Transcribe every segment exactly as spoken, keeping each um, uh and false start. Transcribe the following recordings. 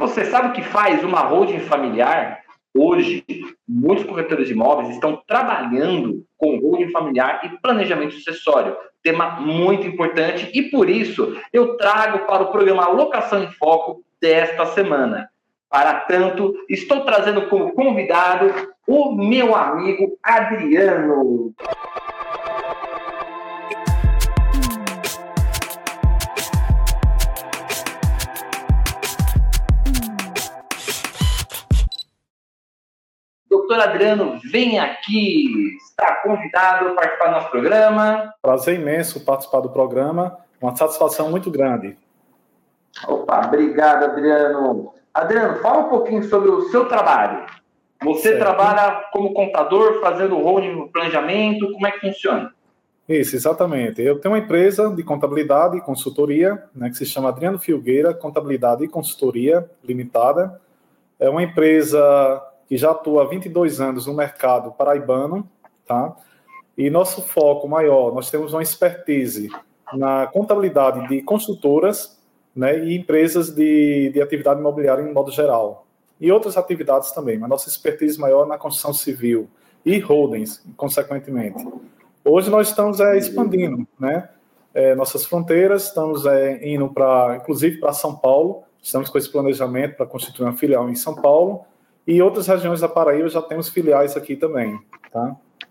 você sabe o que faz uma holding familiar? Hoje, muitos corretores de imóveis estão trabalhando com holding familiar e planejamento sucessório. Tema muito importante e, por isso, eu trago para o programa Locação em Foco desta semana. Para tanto, estou trazendo como convidado o meu amigo Adriano. Doutor Adriano, vem aqui, está convidado a participar do nosso programa. Prazer imenso participar do programa, uma satisfação muito grande. Opa, obrigado, Adriano. Adriano, fala um pouquinho sobre o seu trabalho. Você certo. Trabalha como contador, fazendo holding, planejamento, como é que funciona? Isso, exatamente. Eu tenho uma empresa de contabilidade e consultoria, né, que se chama Adriano Filgueira Contabilidade e Consultoria Limitada. É uma empresa que já atua há vinte e dois anos no mercado paraibano, tá? E nosso foco maior, nós temos uma expertise na contabilidade de consultoras, né, e empresas de, de atividade imobiliária em modo geral. E outras atividades também, mas nossa expertise maior na construção civil e holdings, consequentemente. Hoje nós estamos é, expandindo, né, é, nossas fronteiras, estamos é, indo para, inclusive para São Paulo, estamos com esse planejamento para constituir uma filial em São Paulo, e outras regiões da Paraíba já temos filiais aqui também, tá?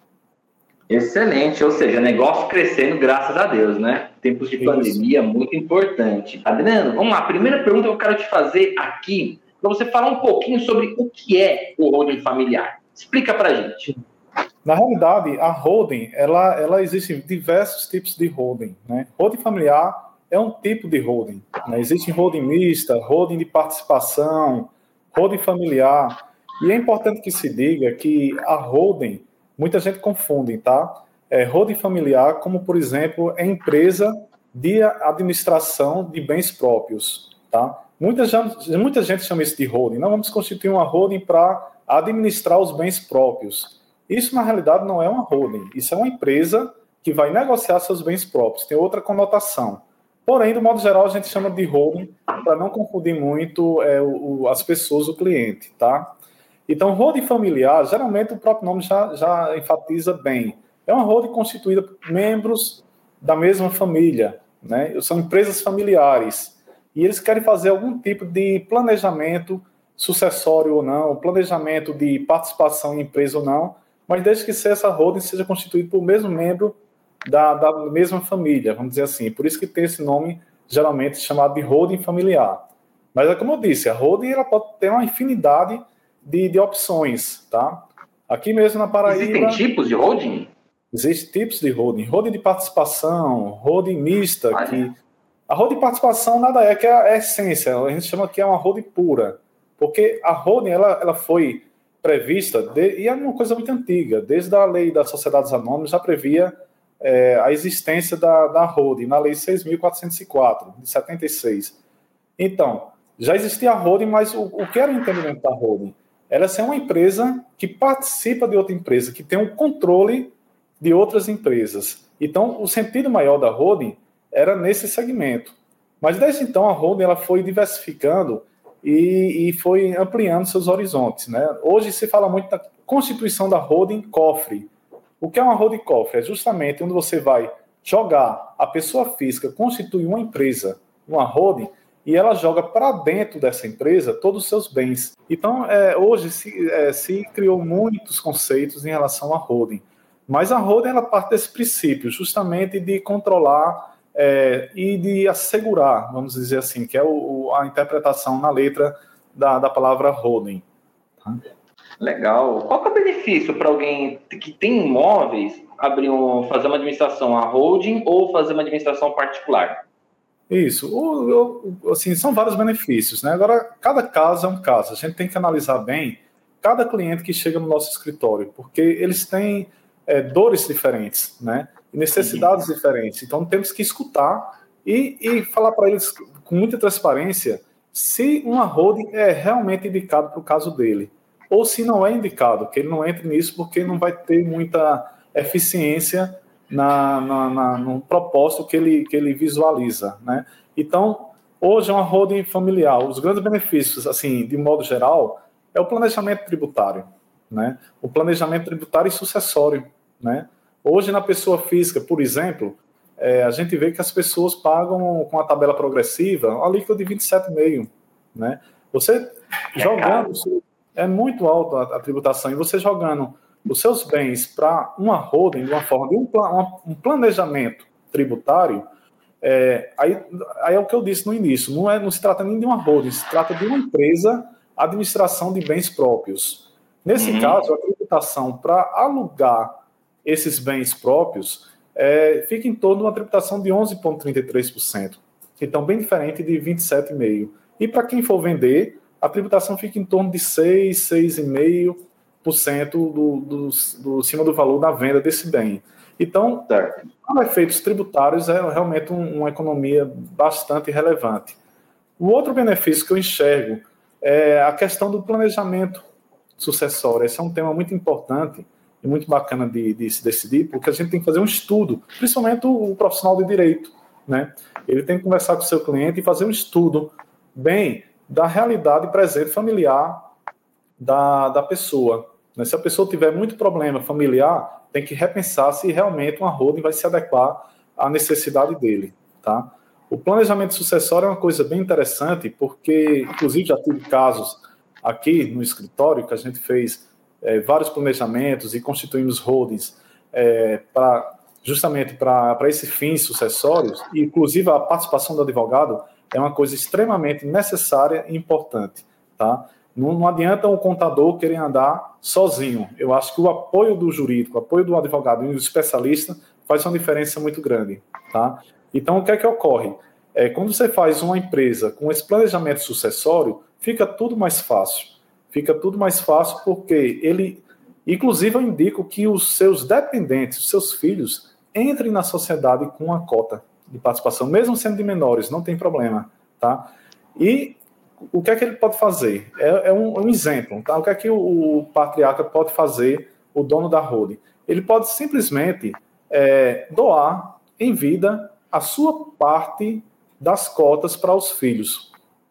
Excelente, ou seja, negócio crescendo, graças a Deus, né? Tempos de Isso. pandemia, muito importante. Adriano, vamos lá, a primeira pergunta que eu quero te fazer aqui, para você falar um pouquinho sobre o que é o holding familiar. Explica pra gente. Na realidade, a holding, ela, ela existe diversos tipos de holding, né? Holding familiar é um tipo de holding, né? Existe holding mista, holding de participação, holding familiar, e é importante que se diga que a holding, muita gente confunde, tá? É, holding familiar, como por exemplo, é empresa de administração de bens próprios, tá? Muita, muita gente chama isso de holding. Não vamos constituir uma holding para administrar os bens próprios. Isso, na realidade, não é uma holding. Isso é uma empresa que vai negociar seus bens próprios. Tem outra conotação. Porém, do modo geral, a gente chama de holding para não confundir muito é, o, as pessoas, o cliente, tá? Então, holding familiar, geralmente o próprio nome já, já enfatiza bem. É uma holding constituída por membros da mesma família, né? São empresas familiares. E eles querem fazer algum tipo de planejamento sucessório ou não, planejamento de participação em empresa ou não, mas desde que essa holding seja constituída por mesmo membro Da, da mesma família, vamos dizer assim. Por isso que tem esse nome, geralmente, chamado de holding familiar. Mas, é como eu disse, a holding ela pode ter uma infinidade de, de opções, tá? Aqui mesmo na Paraíba... Existem tipos de holding? Existem tipos de holding. Holding de participação, holding mista, ah, que... É. A holding de participação nada é, que é a essência. A gente chama que é uma holding pura. Porque a holding, ela, ela foi prevista, de, e é uma coisa muito antiga. Desde a lei das sociedades anônimas já previa É, a existência da, da holding, na Lei seis mil quatrocentos e quatro, de setenta e seis. Então, já existia a holding, mas o, o que era o entendimento da holding? Era ser uma empresa que participa de outra empresa, que tem um controle de outras empresas. Então, o sentido maior da holding era nesse segmento. Mas, desde então, a holding ela foi diversificando e, e foi ampliando seus horizontes, né? Hoje se fala muito da constituição da holding cofre. O que é uma holding cofre? É justamente onde você vai jogar, a pessoa física constitui uma empresa, uma holding, e ela joga para dentro dessa empresa todos os seus bens. Então, é, hoje se, é, se criou muitos conceitos em relação à holding, mas a holding ela parte desse princípio, justamente de controlar é, e de assegurar, vamos dizer assim, que é o, a interpretação na letra da, da palavra holding. Tá? Legal. Qual que é o benefício para alguém que tem imóveis abrir um, fazer uma administração a holding ou fazer uma administração particular? Isso. O, o, assim, são vários benefícios, né? Agora, cada caso é um caso. A gente tem que analisar bem cada cliente que chega no nosso escritório, porque eles têm é, dores diferentes, né? Necessidades uhum. diferentes. Então, temos que escutar e, e falar para eles com muita transparência se uma holding é realmente indicado para o caso dele. Ou se não é indicado, que ele não entre nisso porque não vai ter muita eficiência na, na, na, no propósito que ele, que ele visualiza, né? Então, Hoje é uma holding familiar. Os grandes benefícios, assim, de modo geral, é o planejamento tributário, né? O planejamento tributário e sucessório, né? Hoje, na pessoa física, por exemplo, é, a gente vê que as pessoas pagam com a tabela progressiva a alíquota de vinte e sete vírgula cinco por cento, né? Você É jogando, caro. é muito alta a, a tributação, e você jogando os seus bens para uma holding, de uma forma de um, um planejamento tributário, é, aí, aí é o que eu disse no início, não, é, não se trata nem de uma holding, se trata de uma empresa, administração de bens próprios. Nesse Uhum. caso, a tributação para alugar esses bens próprios é, fica em torno de uma tributação de onze vírgula trinta e três por cento. Então, bem diferente de vinte e sete vírgula cinco por cento. E para quem for vender, a tributação fica em torno de seis, seis vírgula cinco por cento por cento do, do, do cima do valor da venda desse bem. Então, para efeitos tributários, é realmente um, uma economia bastante relevante. O outro benefício que eu enxergo é a questão do planejamento sucessório. Esse é um tema muito importante e muito bacana de, de se decidir, porque a gente tem que fazer um estudo, principalmente o, o profissional de direito, né? Ele tem que conversar com o seu cliente e fazer um estudo bem da realidade presente familiar da, da pessoa. Se a pessoa tiver muito problema familiar, tem que repensar se realmente uma holding vai se adequar à necessidade dele, tá? O planejamento sucessório é uma coisa bem interessante, porque, inclusive, já tive casos aqui no escritório que a gente fez é, vários planejamentos e constituímos holdings é, pra, justamente para esses fins sucessórios, e, inclusive, a participação do advogado é uma coisa extremamente necessária e importante, tá? Não, não adianta o contador querer andar sozinho. Eu acho que o apoio do jurídico, o apoio do advogado e do especialista faz uma diferença muito grande, tá? Então, o que é que ocorre? É, quando você faz uma empresa com esse planejamento sucessório, fica tudo mais fácil. Fica tudo mais fácil porque ele, inclusive, eu indico que os seus dependentes, os seus filhos, entrem na sociedade com uma cota de participação, mesmo sendo de menores, não tem problema, tá? E o que é que ele pode fazer? É, é um, um exemplo, tá? O que é que o, o patriarca pode fazer, o dono da holding? Ele pode simplesmente é, doar em vida a sua parte das cotas para os filhos,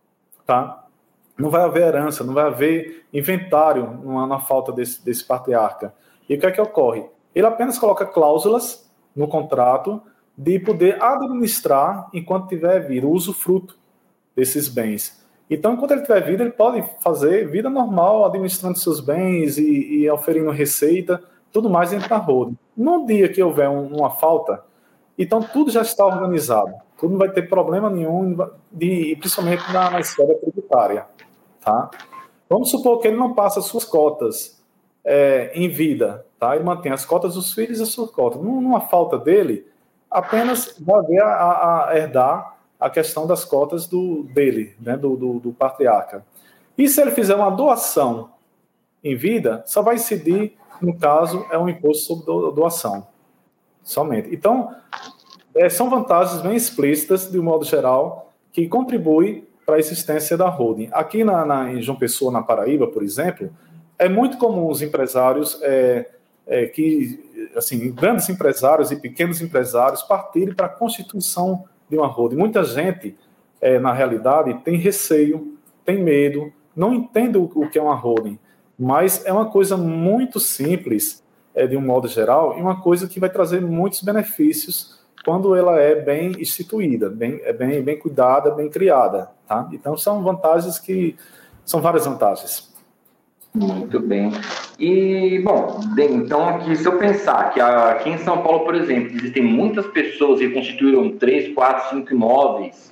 tá? Não vai haver herança, não vai haver inventário na, na falta desse, desse patriarca. E o que é que ocorre? Ele apenas coloca cláusulas no contrato de poder administrar, enquanto tiver vida, o usufruto desses bens. Então, enquanto ele tiver vida, ele pode fazer vida normal, administrando seus bens e, e oferindo receita, tudo mais dentro da holding. No dia que houver um, uma falta, então tudo já está organizado. Tudo não vai ter problema nenhum, de, principalmente na, na esfera tributária. Tá? Vamos supor que ele não passa as suas cotas é, em vida. Tá? Ele mantém as cotas dos filhos e as suas cotas. Numa falta dele, apenas vai haver a, a, a herdar a questão das cotas do, dele, né, do, do, do patriarca. E se ele fizer uma doação em vida, só vai incidir, no caso, é um imposto sobre do, doação, somente. Então, é, são vantagens bem explícitas, de um modo geral, que contribuem para a existência da holding. Aqui na, na, em João Pessoa, na Paraíba, por exemplo, é muito comum os empresários, é, é, que, assim, grandes empresários e pequenos empresários partirem para a constituição de uma holding. Muita gente, é, na realidade, tem receio, tem medo, não entende o, o que é uma holding, mas é uma coisa muito simples, é, de um modo geral, e uma coisa que vai trazer muitos benefícios quando ela é bem instituída, bem, é bem, bem cuidada, bem criada. Tá? Então, são vantagens que... São várias vantagens. Muito bem. E, bom, então aqui, se eu pensar que aqui em São Paulo, por exemplo, existem muitas pessoas que constituíram três, quatro, cinco imóveis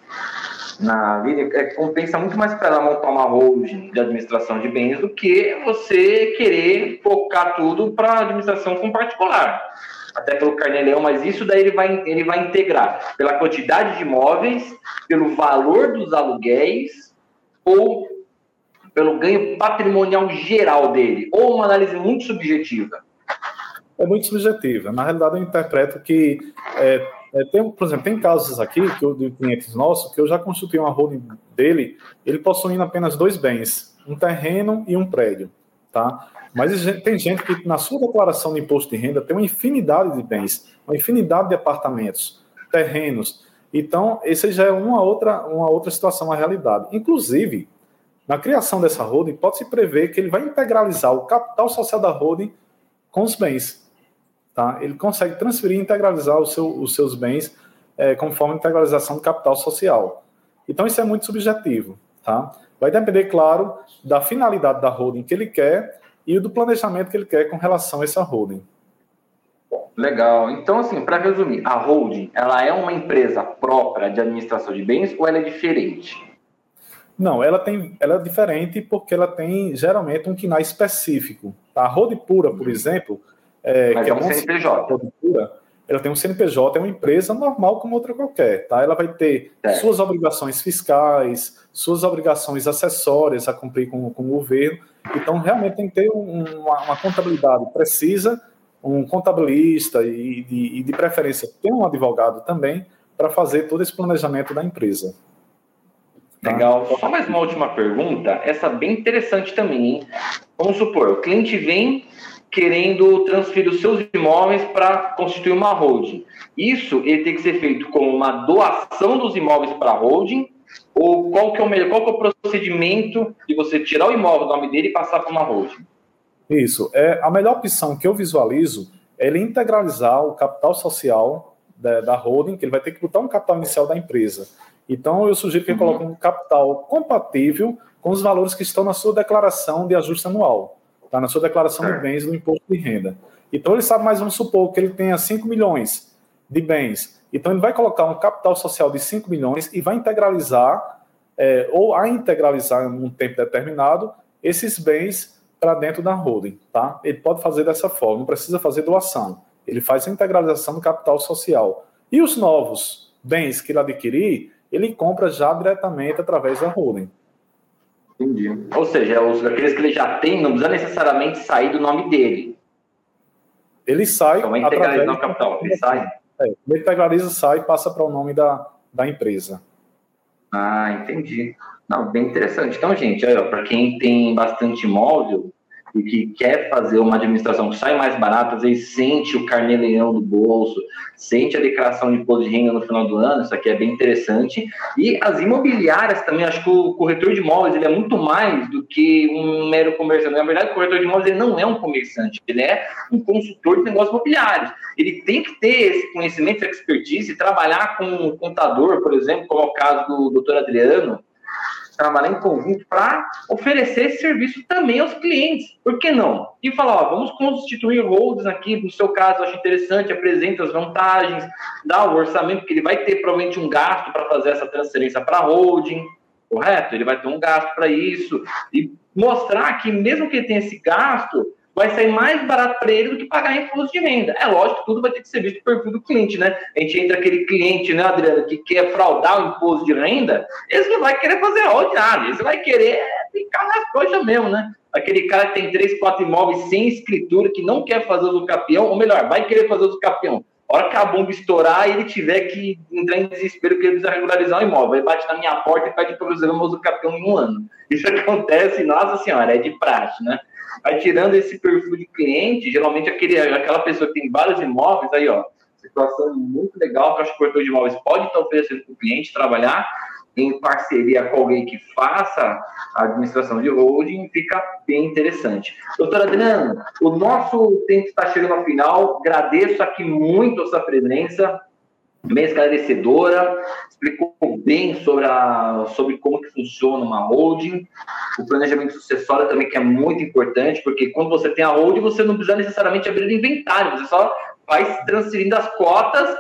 na vida, é, compensa muito mais para ela montar uma holding de administração de bens do que você querer focar tudo para administração com particular. Até pelo carnê-leão, mas isso daí ele vai, ele vai integrar pela quantidade de imóveis, pelo valor dos aluguéis ou pelo ganho patrimonial geral dele, ou uma análise muito subjetiva? É muito subjetiva. Na realidade, eu interpreto que, é, é, tem, por exemplo, tem casos aqui que eu, de clientes nossos que eu já constituí uma holding dele, ele possuindo apenas dois bens, um terreno e um prédio, tá? Mas tem gente que na sua declaração de imposto de renda tem uma infinidade de bens, uma infinidade de apartamentos, terrenos, Então, essa já é uma outra, uma outra situação, uma realidade. Inclusive, na criação dessa holding, pode-se prever que ele vai integralizar o capital social da holding com os bens. Tá? Ele consegue transferir e integralizar o seu, os seus bens é, conforme a integralização do capital social. Então, isso é muito subjetivo. Tá? Vai depender, claro, da finalidade da holding que ele quer e do planejamento que ele quer com relação a essa holding. Legal. Então, assim, para resumir, a holding, ela é uma empresa própria de administração de bens ou ela é diferente? Não, ela, tem, ela é diferente porque ela tem, geralmente, um Q N A específico. A holding pura, por exemplo... É, Mas que é é um C N P J. Pura, ela tem um C N P J, é uma empresa normal como outra qualquer. Tá? Ela vai ter é. suas obrigações fiscais, suas obrigações acessórias a cumprir com, com o governo. Então, realmente tem que ter um, uma, uma contabilidade precisa, um contabilista e de, e de preferência tem um advogado também para fazer todo esse planejamento da empresa. Tá? Legal. Só mais uma última pergunta, essa bem interessante também, hein? Vamos supor, o cliente vem querendo transferir os seus imóveis para constituir uma holding. Isso ele tem que ser feito como uma doação dos imóveis para a holding, ou qual que é o melhor, qual que é o procedimento de você tirar o imóvel do nome dele e passar para uma holding? Isso. É, a melhor opção que eu visualizo é ele integralizar o capital social da, da holding, que ele vai ter que botar um capital inicial da empresa. Então, eu sugiro que ele coloque um capital compatível com os valores que estão na sua declaração de ajuste anual, tá? Na sua declaração de bens do imposto de renda. Então, ele sabe, mais vamos supor que ele tenha cinco milhões de bens. Então, ele vai colocar um capital social de cinco milhões e vai integralizar, é, ou a integralizar em um tempo determinado, esses bens para dentro da holding, tá? Ele pode fazer dessa forma, não precisa fazer doação. Ele faz a integralização do capital social. E os novos bens que ele adquirir, ele compra já diretamente através da holding. Entendi. Ou seja, os, aqueles que ele já tem, não precisa necessariamente sair do nome dele. Ele sai então, é através do capital. Ele sai. É, ele integraliza, sai e passa para o nome da, da empresa. Ah, entendi. Não, bem interessante. Então, gente, para quem tem bastante imóvel e que quer fazer uma administração que sai mais barata, às vezes sente o carnê-leão do bolso, sente a declaração de imposto de renda no final do ano, isso aqui é bem interessante. E as imobiliárias também, acho que o corretor de imóveis ele é muito mais do que um mero comerciante. Na verdade, o corretor de imóveis ele não é um comerciante, ele é um consultor de negócios imobiliários. Ele tem que ter esse conhecimento, essa expertise, trabalhar com um contador, por exemplo, como é o caso do doutor Adriano, trabalhar em conjunto para oferecer esse serviço também aos clientes. Por que não? E falar, ó, vamos constituir holdings aqui, no seu caso, eu acho interessante, apresenta as vantagens, dá o orçamento, que ele vai ter provavelmente um gasto para fazer essa transferência para a holding, correto? Ele vai ter um gasto para isso, e mostrar que mesmo que ele tenha esse gasto, vai sair mais barato para ele do que pagar imposto de renda. É lógico que tudo vai ter que ser visto do perfil do cliente, né? A gente entra aquele cliente, né, Adriano, que quer fraudar o imposto de renda, esse não vai querer fazer ordinário, esse vai querer ficar nas coisas mesmo, né? Aquele cara que tem três, quatro imóveis sem escritura, que não quer fazer uso capião, ou melhor, vai querer fazer uso capião. A hora que a bomba estourar e ele tiver que entrar em desespero que ele precisa regularizar o imóvel, ele bate na minha porta e pede para eu fazer o uso capião em um ano. Isso acontece, nossa senhora, é de praxe, né? Aí, tirando esse perfil de cliente, geralmente aquele, aquela pessoa que tem vários imóveis, aí, ó, situação muito legal que eu acho que o corretor de imóveis pode estar oferecendo para o cliente trabalhar em parceria com alguém que faça a administração de holding, fica bem interessante. Doutora Adriana, o nosso tempo está chegando ao final, agradeço aqui muito a sua presença, bem esclarecedora, explicou bem sobre, a, sobre como que funciona uma holding, o planejamento sucessório também, que é muito importante, porque quando você tem a holding, você não precisa necessariamente abrir o inventário, você só vai transferindo as cotas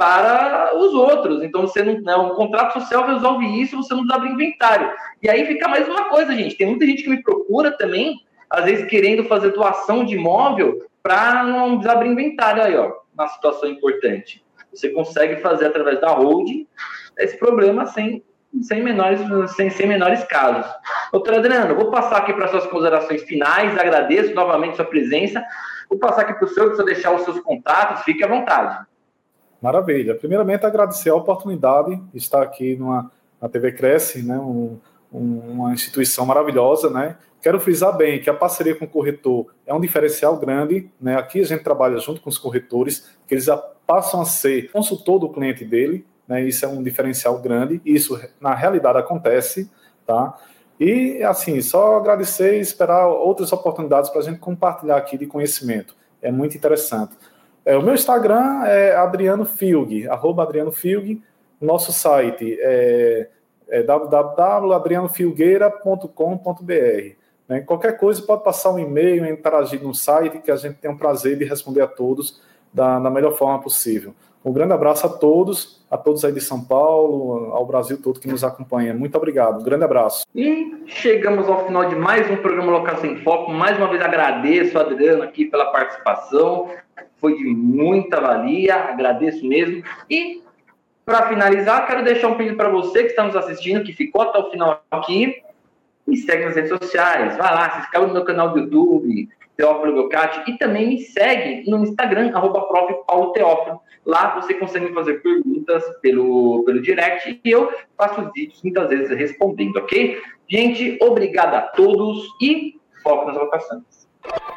para os outros. Então, você não, né, o contrato social resolve isso, você não precisa abrir inventário. E aí fica mais uma coisa, gente, tem muita gente que me procura também, às vezes querendo fazer doação de imóvel para não precisar abrir inventário. Aí, ó, uma situação importante. Você consegue fazer através da holding esse problema sem, sem, menores, sem, sem menores casos. Doutor Adriano, vou passar aqui para suas considerações finais, agradeço novamente sua presença. Vou passar aqui para o senhor, para você deixar os seus contatos, fique à vontade. Maravilha. Primeiramente, agradecer a oportunidade de estar aqui numa, na T V Cresce, né, um, um, uma instituição maravilhosa, né? Quero frisar bem que a parceria com o corretor é um diferencial grande, né? Aqui a gente trabalha junto com os corretores, que eles já passam a ser consultor do cliente dele, né? Isso é um diferencial grande, isso na realidade acontece, tá? E, assim, só agradecer e esperar outras oportunidades para a gente compartilhar aqui de conhecimento. É muito interessante. É, o meu Instagram é Adriano Filg, arroba Adriano Filg. Nosso site é, é w w w ponto adriano filgueira ponto com ponto b r. Né? Qualquer coisa, pode passar um e-mail, interagir no site, que a gente tem o prazer de responder a todos da, da melhor forma possível. Um grande abraço a todos, a todos aí de São Paulo, ao Brasil todo que nos acompanha. Muito obrigado, um grande abraço. E chegamos ao final de mais um programa Locação em Foco. Mais uma vez agradeço ao Adriano aqui pela participação. Foi de muita valia, agradeço mesmo. E, para finalizar, quero deixar um pedido para você que está nos assistindo, que ficou até o final aqui. Me segue nas redes sociais. Vai lá, se inscreve no meu canal do YouTube, Teófilo Belcati, e também me segue no Instagram, arroba prof Paulo Teófilo. Lá você consegue me fazer perguntas pelo, pelo direct e eu faço vídeos muitas vezes respondendo, ok? Gente, obrigado a todos e foco nas votações.